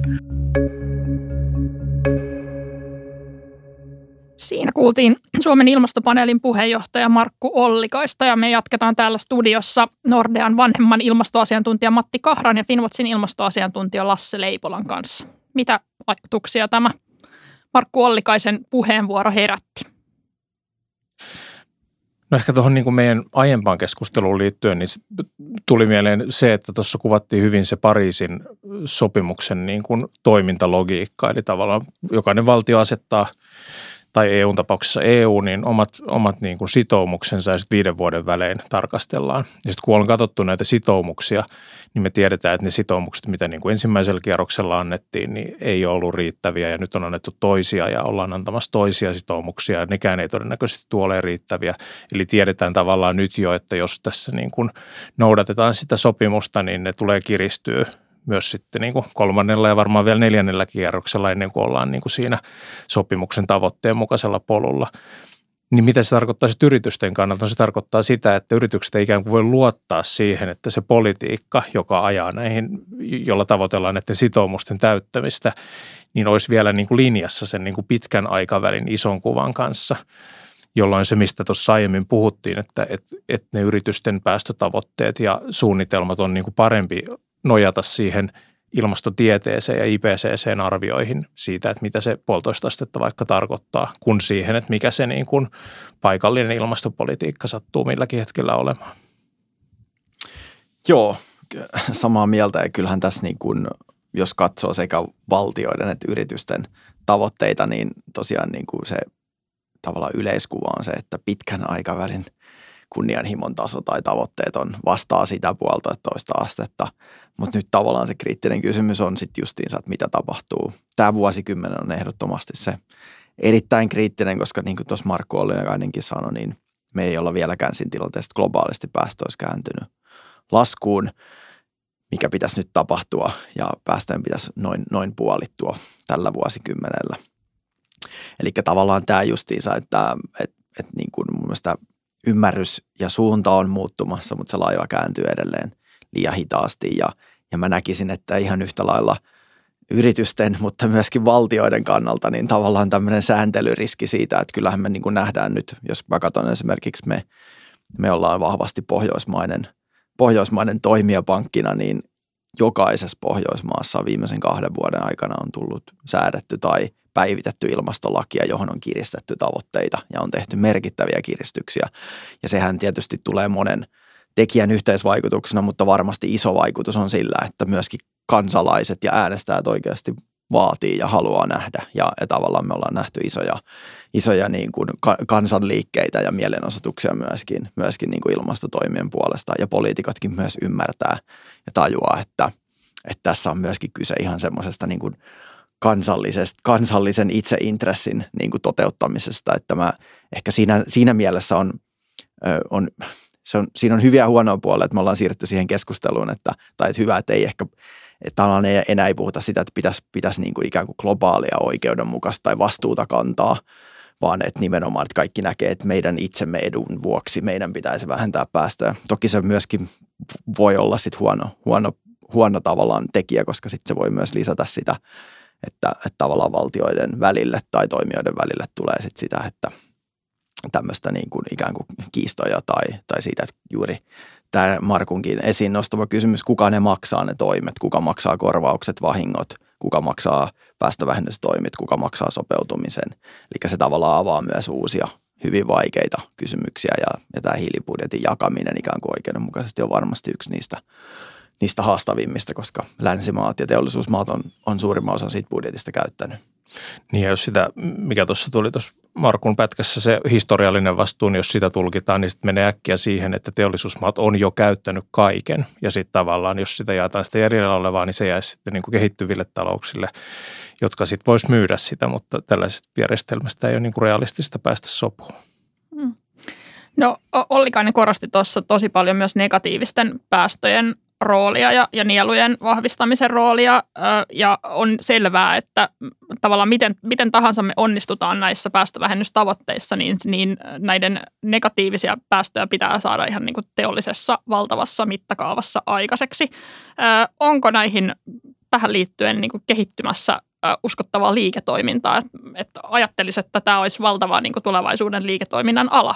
Siinä kuultiin Suomen ilmastopaneelin puheenjohtaja Markku Ollikaista ja me jatketaan täällä studiossa Nordean vanhemman ilmastoasiantuntija Matti Kahran ja Finnwatchin ilmastoasiantuntija Lasse Leipolan kanssa. Mitä ajatuksia tämä Markku Ollikaisen puheenvuoro herätti? No ehkä tuohon niin kuin meidän aiempaan keskusteluun liittyen, niin tuli mieleen se, että tuossa kuvattiin hyvin se Pariisin sopimuksen niin kuin toimintalogiikka. Eli tavallaan jokainen valtio asettaa, tai EUn tapauksessa EU, niin omat niin kuin sitoumuksensa ja sitten 5 vuoden välein tarkastellaan. Ja sitten kun on katsottu näitä sitoumuksia, niin me tiedetään, että ne sitoumukset, mitä niin kuin ensimmäisellä kierroksella annettiin, niin ei ole ollut riittäviä ja nyt on annettu toisia ja ollaan antamassa toisia sitoumuksia ja nekään ei todennäköisesti tule riittäviä. Eli tiedetään tavallaan nyt jo, että jos tässä niin kuin noudatetaan sitä sopimusta, niin ne tulee kiristyä myös sitten niin kuin 3. ja varmaan vielä 4. kierroksella ennen kuin ollaan niin kuin siinä sopimuksen tavoitteen mukaisella polulla. Niin mitä se tarkoittaa sitten yritysten kannalta? No se tarkoittaa sitä, että yritykset ei ikään kuin voi luottaa siihen, että se politiikka, joka ajaa näihin, jolla tavoitellaan näiden sitoumusten täyttämistä, niin olisi vielä niin kuin linjassa sen niin kuin pitkän aikavälin ison kuvan kanssa, jolloin se, mistä tuossa aiemmin puhuttiin, että ne yritysten päästötavoitteet ja suunnitelmat on niin kuin parempi nojata siihen ilmastotieteeseen ja IPCC:n arvioihin siitä, että mitä se 1,5 astetta vaikka tarkoittaa, kun siihen, että mikä se niin kuin paikallinen ilmastopolitiikka sattuu milläkin hetkellä olemaan. Joo, samaa mieltä ja kyllähän tässä niin kuin, jos katsoo sekä valtioiden että yritysten tavoitteita, niin tosiaan niin kuin se tavallaan yleiskuva on se, että pitkän aikavälin kunnianhimon taso tai tavoitteet vastaa sitä 1,5 astetta. Mutta nyt tavallaan se kriittinen kysymys on sitten justiinsa, että mitä tapahtuu. Tämä vuosikymmen on ehdottomasti se erittäin kriittinen, koska niin kuin tuossa Markku Ollikainenkin sanoi, niin me ei olla vieläkään siinä tilanteessa globaalisti päästö olisi kääntynyt laskuun, mikä pitäisi nyt tapahtua ja päästöjen pitäisi noin puolittua tällä vuosikymmenellä. Eli tavallaan tämä justiinsa, että niin kuin mun mielestä ymmärrys ja suunta on muuttumassa, mutta se laiva kääntyy edelleen liian hitaasti ja mä näkisin, että ihan yhtä lailla yritysten, mutta myöskin valtioiden kannalta, niin tavallaan tämmöinen sääntelyriski siitä, että kyllähän me niin kuin nähdään nyt, jos mä katson esimerkiksi me ollaan vahvasti pohjoismainen toimijapankkina, niin jokaisessa Pohjoismaassa viimeisen 2 vuoden aikana on tullut säädetty tai päivitetty ilmastolakia, johon on kiristetty tavoitteita ja on tehty merkittäviä kiristyksiä. Ja sehän tietysti tulee monen tekijän yhteisvaikutuksena, mutta varmasti iso vaikutus on sillä, että myöskin kansalaiset ja äänestäjät oikeasti vaatii ja haluaa nähdä. Ja tavallaan me ollaan nähty isoja niin kuin kansanliikkeitä ja mielenosoituksia myöskin niin kuin ilmastotoimien puolesta. Ja poliitikotkin myös ymmärtää ja tajuaa, että tässä on myöskin kyse ihan semmoisesta niin kuin kansallisen itseintressin niin kuin toteuttamisesta. Että mä ehkä siinä mielessä siinä on hyviä ja huonoja puolia, että me ollaan siirrytty siihen keskusteluun, että hyvä, että ei ehkä, että enää ei puhuta sitä, että pitäisi niin kuin ikään kuin globaalia oikeudenmukaista tai vastuuta kantaa, vaan että nimenomaan että kaikki näkee, että meidän itsemme edun vuoksi meidän pitäisi vähentää päästöjä. Toki se myöskin voi olla sitten huono tavallaan tekijä, koska sitten se voi myös lisätä sitä, että tavallaan valtioiden välille tai toimijoiden välille tulee sitten sitä, että tämmöistä niin kuin ikään kuin kiistoja tai siitä, että juuri tämä Markunkin esiin nostama kysymys, kuka ne maksaa ne toimet, kuka maksaa korvaukset, vahingot, kuka maksaa päästövähennystoimet, kuka maksaa sopeutumisen. Eli se tavallaan avaa myös uusia hyvin vaikeita kysymyksiä ja tämä hiilibudjetin jakaminen ikään kuin oikeudenmukaisesti on varmasti yksi niistä haastavimmista, koska länsimaat ja teollisuusmaat on suurimman osan siitä budjetista käyttänyt. Niin ja jos sitä, mikä tuossa tuli tuossa Markun pätkässä se historiallinen vastuu, niin jos sitä tulkitaan, niin sitten menee äkkiä siihen, että teollisuusmaat on jo käyttänyt kaiken. Ja sitten tavallaan, jos sitä jaetaan sitä jäljellä olevaa, niin se jäisi sitten niin kuin kehittyville talouksille, jotka sitten vois myydä sitä, mutta tällaisesta järjestelmästä ei ole niin kuin realistista päästä sopuun. No Ollikainen korosti tuossa tosi paljon myös negatiivisten päästöjen roolia ja nielujen vahvistamisen roolia ja on selvää, että tavallaan miten tahansa me onnistutaan näissä päästövähennystavoitteissa, niin näiden negatiivisia päästöjä pitää saada ihan niin kuin teollisessa valtavassa mittakaavassa aikaiseksi. Onko tähän liittyen niin kuin kehittymässä uskottavaa liiketoimintaa, että ajattelisi, että tämä olisi valtava niin kuin tulevaisuuden liiketoiminnan ala?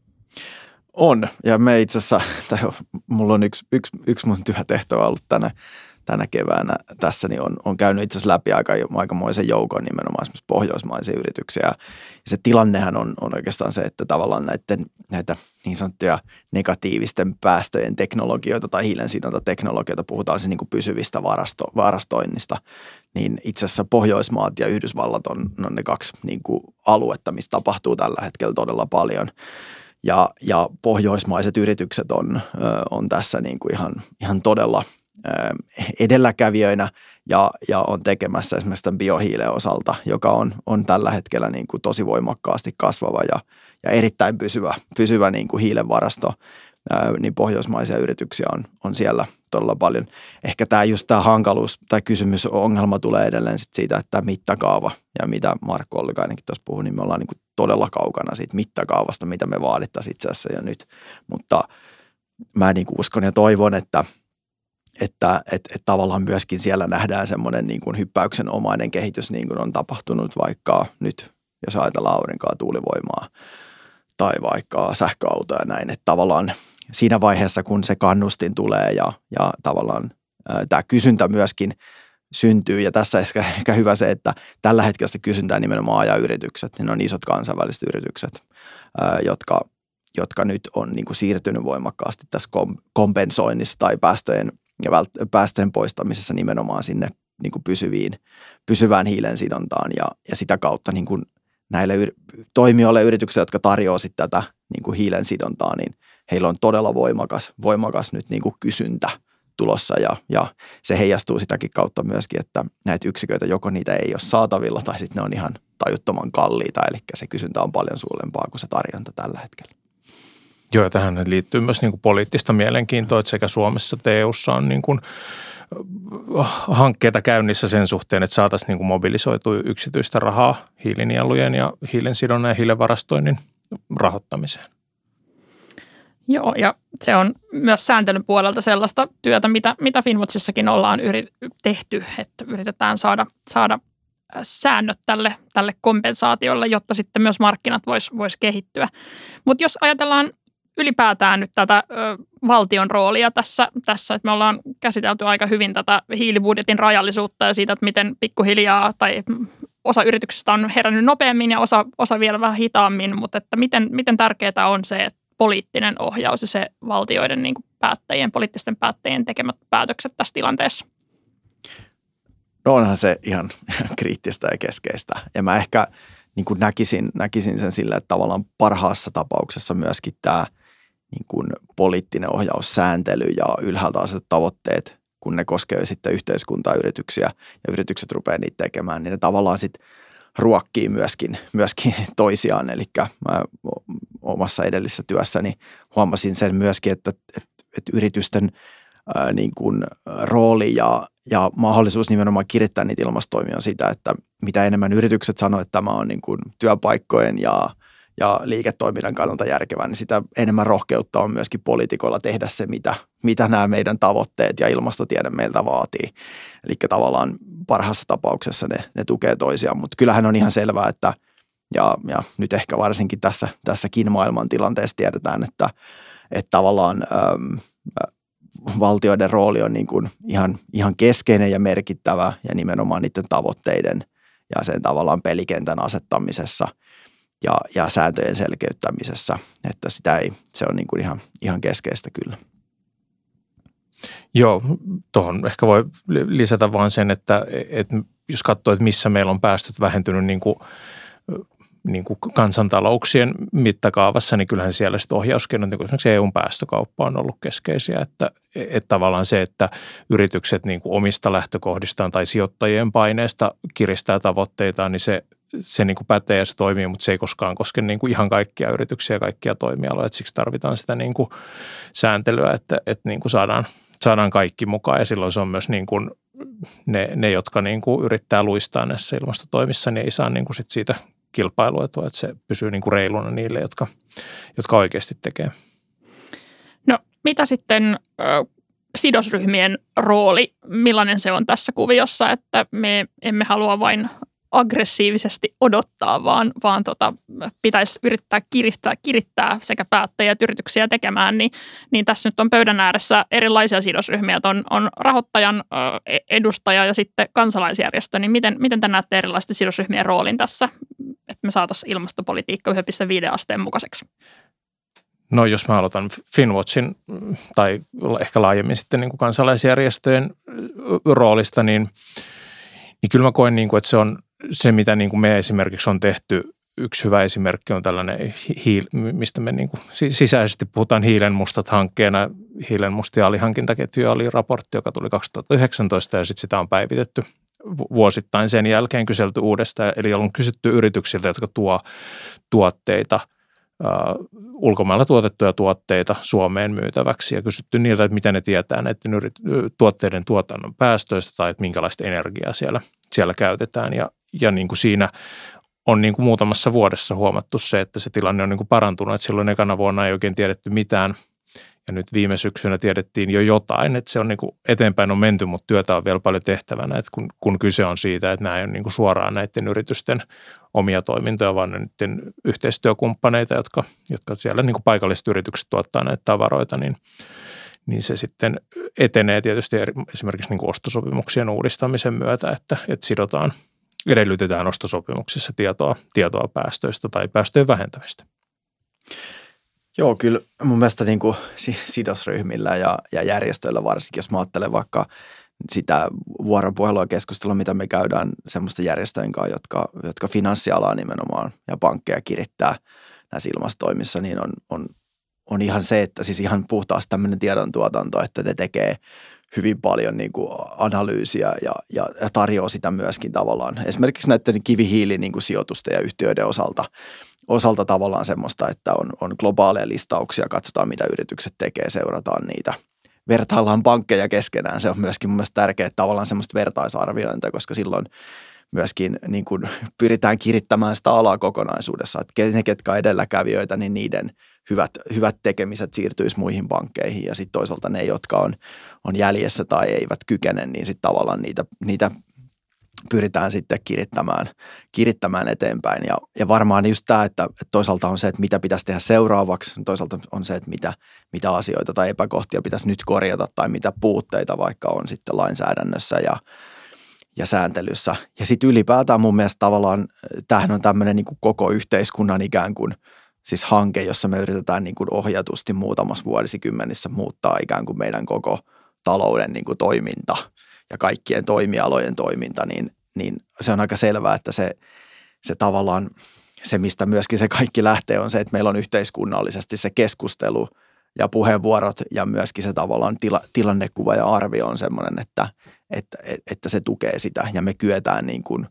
On, ja me itse asiassa, mulla on yksi mun työtehtävä ollut tänä keväänä tässä, niin on käynyt itse asiassa läpi aikamoisen joukon nimenomaan esimerkiksi pohjoismaisia yrityksiä. Ja se tilannehan on oikeastaan se, että tavallaan näitä niin sanottuja negatiivisten päästöjen teknologioita tai hiilensidontateknologioita, puhutaan siis niin kuin pysyvistä varastoinnista, niin itse asiassa Pohjoismaat ja Yhdysvallat on ne 2 niin kuin aluetta, missä tapahtuu tällä hetkellä todella paljon. Ja pohjoismaiset yritykset on tässä niin kuin ihan todella edelläkävijöinä ja on tekemässä esimerkiksi tämän biohiilen osalta, joka on tällä hetkellä niin kuin tosi voimakkaasti kasvava ja erittäin pysyvä niin kuin hiilenvarasto. niin pohjoismaisia yrityksiä on siellä todella paljon. Ehkä tämä hankaluus tai kysymys, ongelma tulee edelleen siitä, että mittakaava ja mitä Markku Ollikainenkin tuossa puhui, niin me ollaan niin kuin todella kaukana siitä mittakaavasta, mitä me vaadittaisiin itse asiassa jo nyt. Mutta mä niin kuin uskon ja toivon, että tavallaan myöskin siellä nähdään semmoinen niin kuin hyppäyksenomainen kehitys, niin kuin on tapahtunut vaikka nyt, jos ajatellaan aurinkoa, tuulivoimaa tai vaikka sähköautoja ja näin, että tavallaan siinä vaiheessa, kun se kannustin tulee ja tavallaan tämä kysyntä myöskin syntyy, ja tässä ehkä hyvä se, että tällä hetkellä se kysyntää nimenomaan ajaa yritykset, niin on isot kansainväliset yritykset, jotka nyt on niin kuin siirtynyt voimakkaasti tässä kompensoinnissa tai päästöjen poistamisessa nimenomaan sinne niin kuin pysyvään hiilen sidontaan ja sitä kautta niin kuin näille toimijoille ja yrityksille, jotka tarjoaa sitten tätä niin kuin hiilen sidontaa, niin heillä on todella voimakas nyt niin kuin kysyntä tulossa ja se heijastuu sitäkin kautta myöskin, että näitä yksiköitä joko niitä ei ole saatavilla tai sitten ne on ihan tajuttoman kalliita, eli se kysyntä on paljon suurempaa kuin se tarjonta tällä hetkellä. Joo, ja tähän liittyy myös niin kuin poliittista mielenkiintoa, että sekä Suomessa että EU:ssa on niin kuin hankkeita käynnissä sen suhteen, että saataisiin niin kuin mobilisoitua yksityistä rahaa hiilinielujen ja hiilensidonnan ja hiilenvarastoinnin rahoittamiseen. Joo, ja se on myös sääntelyn puolelta sellaista työtä, mitä Finnwatchissakin ollaan tehty, että yritetään saada säännöt tälle kompensaatiolle, jotta sitten myös markkinat vois kehittyä. Mutta jos ajatellaan ylipäätään nyt tätä valtion roolia tässä, että me ollaan käsitelty aika hyvin tätä hiilibudjetin rajallisuutta ja siitä, että miten pikkuhiljaa tai osa yrityksistä on herännyt nopeammin ja osa vielä vähän hitaammin, mutta että miten tärkeää on se, että poliittinen ohjaus ja se valtioiden niin kuin poliittisten päättäjien tekemät päätökset tässä tilanteessa? No onhan se ihan kriittistä ja keskeistä. Ja mä ehkä niin kuin näkisin sen sillä, että tavallaan parhaassa tapauksessa myöskin tämä niin kuin poliittinen ohjaus, sääntely ja ylhäältä asetetut tavoitteet, kun ne koskee sitten yhteiskuntaa, yrityksiä ja yritykset rupeaa niitä tekemään, niin ne tavallaan sitten ruokkii myöskin toisiaan. Eli mä omassa edellisessä työssäni huomasin sen myöskin, että yritysten niin kuin rooli ja mahdollisuus nimenomaan kirittää niitä ilmastotoimia on sitä, että mitä enemmän yritykset sanoo, että tämä on niin kuin työpaikkojen ja liiketoiminnan kannalta järkevää, niin sitä enemmän rohkeutta on myöskin poliitikoilla tehdä se, mitä nämä meidän tavoitteet ja ilmastotiede meiltä vaatii. Eli tavallaan parhaassa tapauksessa ne tukee toisiaan, mutta kyllähän on ihan selvää, että ja nyt ehkä varsinkin tässäkin maailman tilanteessa tiedetään, että tavallaan valtioiden rooli on niin kuin ihan keskeinen ja merkittävä ja nimenomaan niiden tavoitteiden ja sen tavallaan pelikentän asettamisessa ja sääntöjen selkeyttämisessä, että se on niin kuin ihan keskeistä kyllä. Joo, tuohon ehkä voi lisätä vaan sen, että jos katsoo, että missä meillä on päästöt vähentynyt niin kuin kansantalouksien mittakaavassa, niin kyllähän siellä sitten ohjauskeinot, niin kuin esimerkiksi EU:n päästökauppa on ollut keskeisiä, että tavallaan se, että yritykset niin kuin omista lähtökohdistaan tai sijoittajien paineesta kiristää tavoitteitaan, niin se niin kuin pätee ja se toimii, mutta se ei koskaan koske niin kuin ihan kaikkia yrityksiä ja kaikkia toimialoja, että siksi tarvitaan sitä niin kuin sääntelyä, että niin kuin saadaan kaikki mukaan ja silloin se on myös niin kuin ne jotka niin kuin yrittää luistaa näissä ilmastotoimissa, niin ei saa niin kuin sit siitä kilpailuetua, että se pysyy niin kuin reiluna niille, jotka oikeasti tekee. No mitä sitten sidosryhmien rooli, millainen se on tässä kuviossa, että me emme halua vain aggressiivisesti odottaa, vaan pitäisi yrittää kirittää sekä päättäjiä että yrityksiä tekemään, niin tässä nyt on pöydän ääressä erilaisia sidosryhmiä, että on rahoittajan edustaja ja sitten kansalaisjärjestö, niin miten te näette erilaisten sidosryhmien roolin tässä, että me saataisiin ilmastopolitiikka 1,5 asteen mukaiseksi? No jos mä aloitan Finnwatchin tai ehkä laajemmin sitten niin kuin kansalaisjärjestöjen roolista, niin kyllä mä koen, niin kuin, että se on se, mitä niin kuin me esimerkiksi on tehty. Yksi hyvä esimerkki on tällainen, mistä me niin kuin sisäisesti puhutaan hiilenmustat hankkeena. Hiilenmustia alihankintaketjuja oli raportti, joka tuli 2019 ja sitten sitä on päivitetty vuosittain sen jälkeen kyselty uudestaan. Eli on kysytty yrityksiltä, jotka tuo tuotteita ulkomailla tuotettuja tuotteita Suomeen myytäväksi ja kysytty niiltä, että mitä ne tietää näiden tuotteiden tuotannon päästöistä tai että minkälaista energiaa siellä käytetään. Ja niin kuin siinä on niin kuin muutamassa vuodessa huomattu se, että se tilanne on niin kuin parantunut, että silloin ekana vuonna ei oikein tiedetty mitään. Ja nyt viime syksynä tiedettiin jo jotain, että se on niin kuin eteenpäin on menty, mutta työtä on vielä paljon tehtävänä, että kun kyse on siitä, että nämä ei ole niin kuin suoraan näiden yritysten omia toimintoja, vaan ne niiden yhteistyökumppaneita, jotka siellä niin kuin paikalliset yritykset tuottaa näitä tavaroita, niin se sitten etenee tietysti esimerkiksi niin kuin ostosopimuksien uudistamisen myötä, että edellytetään ostosopimuksissa tietoa päästöistä tai päästöjen vähentämistä. Joo, kyllä mun mielestä niin kuin sidosryhmillä ja järjestöillä varsinkin, jos mä ajattelen vaikka sitä vuoropuhelua ja keskustelua, mitä me käydään semmoista järjestöjen kanssa, jotka finanssialaa nimenomaan ja pankkeja kirittää näissä ilmastotoimissa, niin on ihan se, että siis ihan puhtaasti tämmöinen tiedontuotanto, että ne tekee hyvin paljon niin kuin analyysiä ja tarjoaa sitä myöskin tavallaan. Esimerkiksi näiden kivihiili niin kuin sijoitusten ja yhtiöiden osalta tavallaan semmoista, että on globaaleja listauksia, katsotaan mitä yritykset tekee, seurataan niitä. Vertaillaan pankkeja keskenään, se on myöskin mun mielestä tärkeää tavallaan semmoista vertaisarviointia, koska silloin myöskin niin kuin pyritään kirittämään sitä alaa kokonaisuudessa, että ne, ketkä on edelläkävijöitä, niin niiden hyvät tekemiset siirtyisi muihin pankkeihin ja sitten toisaalta ne, jotka on jäljessä tai eivät kykene, niin sitten tavallaan niitä pyritään sitten kirittämään eteenpäin. Ja varmaan just tämä, että toisaalta on se, että mitä pitäisi tehdä seuraavaksi, toisaalta on se, että mitä asioita tai epäkohtia pitäisi nyt korjata tai mitä puutteita vaikka on sitten lainsäädännössä ja sääntelyssä. Ja sitten ylipäätään mun mielestä tavallaan tämähän on tämmöinen niin kuin koko yhteiskunnan ikään kuin siis hanke, jossa me yritetään niin kuin ohjatusti muutamassa vuosikymmenissä muuttaa ikään kuin meidän koko talouden niin kuin toiminta ja kaikkien toimialojen toiminta, niin se on aika selvää, että se tavallaan se, mistä myöskin se kaikki lähtee, on se, että meillä on yhteiskunnallisesti se keskustelu ja puheenvuorot ja myöskin se tavallaan tilannekuva ja arvio on semmoinen, että se tukee sitä ja me kyetään niin kuin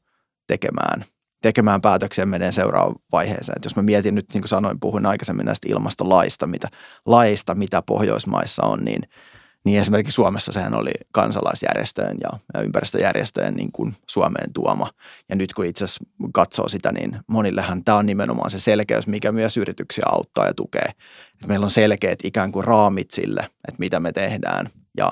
tekemään päätöksiä menee seuraavaan vaiheeseen. Että jos mä mietin nyt, niin kuin sanoin, puhuin aikaisemmin näistä ilmastolaista, mitä Pohjoismaissa on, niin esimerkiksi Suomessa sehän oli kansalaisjärjestöjen ja ympäristöjärjestöjen niin kuin Suomeen tuoma. Ja nyt kun itse asiassa katsoo sitä, niin monillehan tämä on nimenomaan se selkeys, mikä myös yrityksiä auttaa ja tukee. Että meillä on selkeät ikään kuin raamit sille, että mitä me tehdään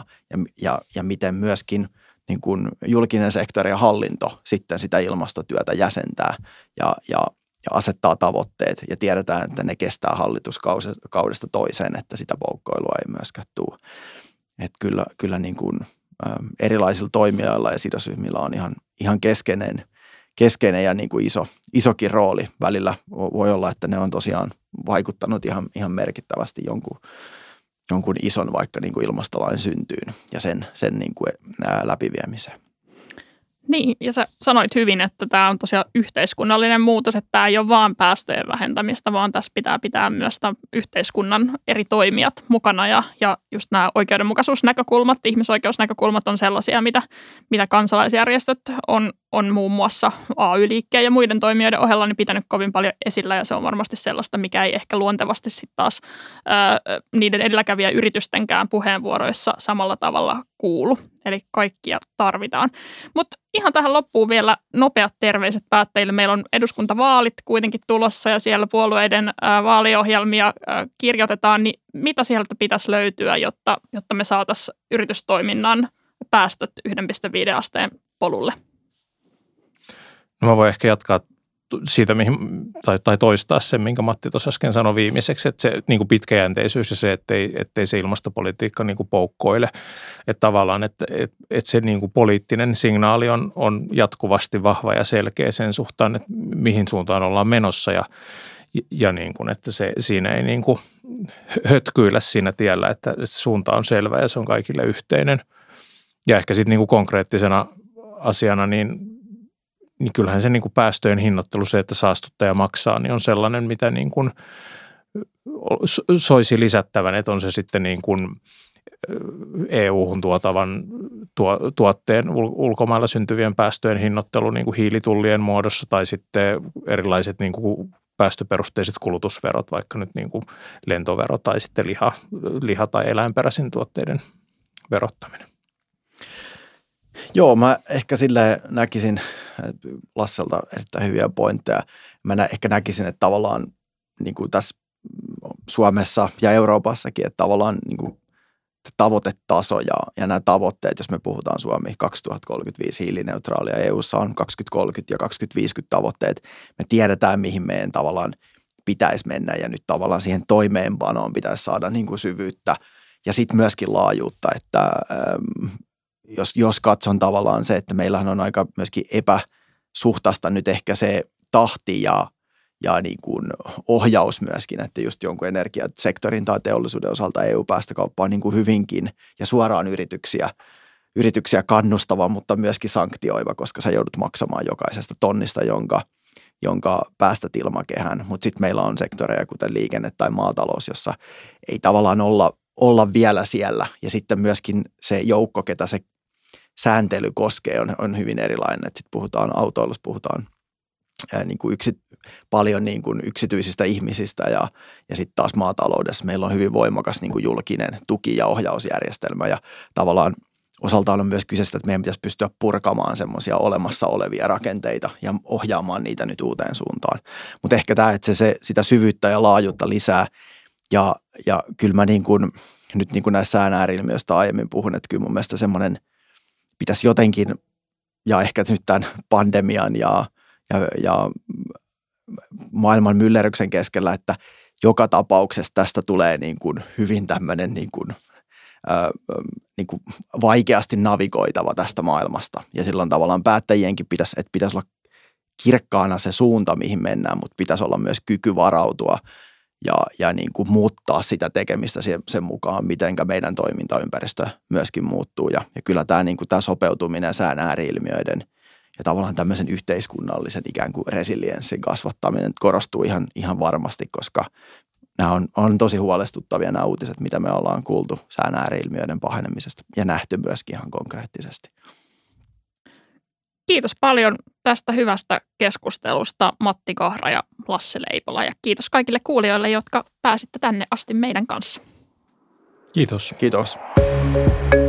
ja miten myöskin niin kuin julkinen sektori ja hallinto sitten sitä ilmastotyötä jäsentää ja asettaa tavoitteet ja tiedetään, että ne kestää hallituskaudesta toiseen, että sitä poukkoilua ei myöskään tule. Että kyllä niin kuin erilaisilla toimijoilla ja sidosryhmillä on ihan keskeinen ja niin kuin isokin rooli. Välillä voi olla, että ne on tosiaan vaikuttanut ihan merkittävästi jonkun ison vaikka niin kuin ilmastolain syntyyn ja sen niin kuin läpiviemiseen. Niin, ja sä sanoit hyvin, että tämä on tosiaan yhteiskunnallinen muutos, että tämä ei ole vaan päästöjen vähentämistä, vaan tässä pitää myös yhteiskunnan eri toimijat mukana ja just nämä oikeudenmukaisuusnäkökulmat, ihmisoikeusnäkökulmat on sellaisia, mitä kansalaisjärjestöt on muun muassa AY-liikkeen ja muiden toimijoiden ohella niin pitänyt kovin paljon esillä ja se on varmasti sellaista, mikä ei ehkä luontevasti sitten taas niiden edelläkävijä yritystenkään puheenvuoroissa samalla tavalla kuulu. Eli kaikkia tarvitaan. Mutta ihan tähän loppuun vielä nopeat terveiset päättäjille. Meillä on eduskuntavaalit kuitenkin tulossa ja siellä puolueiden vaaliohjelmia kirjoitetaan. Niin mitä sieltä pitäisi löytyä, jotta me saataisiin yritystoiminnan päästöt 1,5 asteen polulle? No mä voin ehkä jatkaa siitä, tai toistaa sen, minkä Matti tuossa äsken sanoi viimeiseksi, että se niin kuin pitkäjänteisyys ja se, ettei se ilmastopolitiikka niin kuin poukkoile. Että tavallaan, että se niin kuin poliittinen signaali on jatkuvasti vahva ja selkeä sen suhtaan, että mihin suuntaan ollaan menossa ja niin kuin, että siinä ei niin kuin hötkyillä siinä tiellä, että suunta on selvä ja se on kaikille yhteinen. Ja ehkä sitten niin kuin konkreettisena asiana, niin kyllähän se niin kuin päästöjen hinnoittelu, se, että saastuttaja maksaa, niin on sellainen, mitä niin kuin soisi lisättävän, että on se sitten niin kuin EU-hun tuotavan tuotteen ulkomailla syntyvien päästöjen hinnoittelu niin kuin hiilitullien muodossa tai sitten erilaiset niin kuin päästöperusteiset kulutusverot, vaikka nyt niin kuin lentovero tai sitten liha- tai eläinperäisen tuotteiden verottaminen. Joo, mä ehkä silleen näkisin Lasselta erittäin hyviä pointteja. Mä ehkä näkisin, että tavallaan niin kuin tässä Suomessa ja Euroopassakin, että tavallaan niin kuin tavoitetaso ja nämä tavoitteet, jos me puhutaan Suomi 2035 hiilineutraalia, EU:ssa on 2030 ja 2050 tavoitteet, me tiedetään mihin meidän tavallaan pitäisi mennä ja nyt tavallaan siihen toimeenpanoon pitäisi saada niin kuin syvyyttä ja sitten myöskin laajuutta, että jos katson tavallaan se, että meillähän on aika myöskin epäsuhtaista nyt ehkä se tahti ja niin kuin ohjaus myöskin, että just jonkun energiasektorin tai teollisuuden osalta EU-päästökauppa on niin kuin hyvinkin ja suoraan yrityksiä kannustava, mutta myöskin sanktioiva, koska sä joudut maksamaan jokaisesta tonnista, jonka päästät ilmakehään. Mutta sitten meillä on sektoreja, kuten liikenne tai maatalous, jossa ei tavallaan olla vielä siellä. Ja sitten myöskin se joukko, ketä se sääntely koskee, on hyvin erilainen. Sitten puhutaan autoilussa, puhutaan niin kuin paljon niin kuin yksityisistä ihmisistä ja sitten taas maataloudessa meillä on hyvin voimakas niin kuin julkinen tuki- ja ohjausjärjestelmä ja tavallaan osaltaan on myös kyse sitä, että meidän pitäisi pystyä purkamaan semmoisia olemassa olevia rakenteita ja ohjaamaan niitä nyt uuteen suuntaan. Mutta ehkä tämä, että se sitä syvyyttä ja laajuutta lisää ja kyllä mä niin kuin, nyt niin kuin näissä sään ääri-ilmiöistä aiemmin puhun, että kyllä mun mielestä semmoinen pitäisi jotenkin ja ehkä nyt tämän pandemian ja maailman myllerryksen keskellä, että joka tapauksessa tästä tulee niin kuin hyvin tämmöinen niin kuin vaikeasti navigoitava tästä maailmasta. Ja silloin tavallaan päättäjienkin pitäisi olla kirkkaana se suunta, mihin mennään, mutta pitäisi olla myös kyky varautua ja niin kuin muuttaa sitä tekemistä sen mukaan, mitenkä meidän toimintaympäristö myöskin muuttuu. Ja kyllä tämä, niin kuin tämä sopeutuminen sään ääri-ilmiöiden ja tavallaan tämmöisen yhteiskunnallisen ikään kuin resilienssin kasvattaminen korostuu ihan varmasti, koska nämä on tosi huolestuttavia nämä uutiset, mitä me ollaan kuultu sään ääri-ilmiöiden pahenemisesta ja nähty myöskin ihan konkreettisesti. Kiitos paljon tästä hyvästä keskustelusta Matti Kahra ja Lasse Leipola ja kiitos kaikille kuulijoille, jotka pääsitte tänne asti meidän kanssa. Kiitos. Kiitos.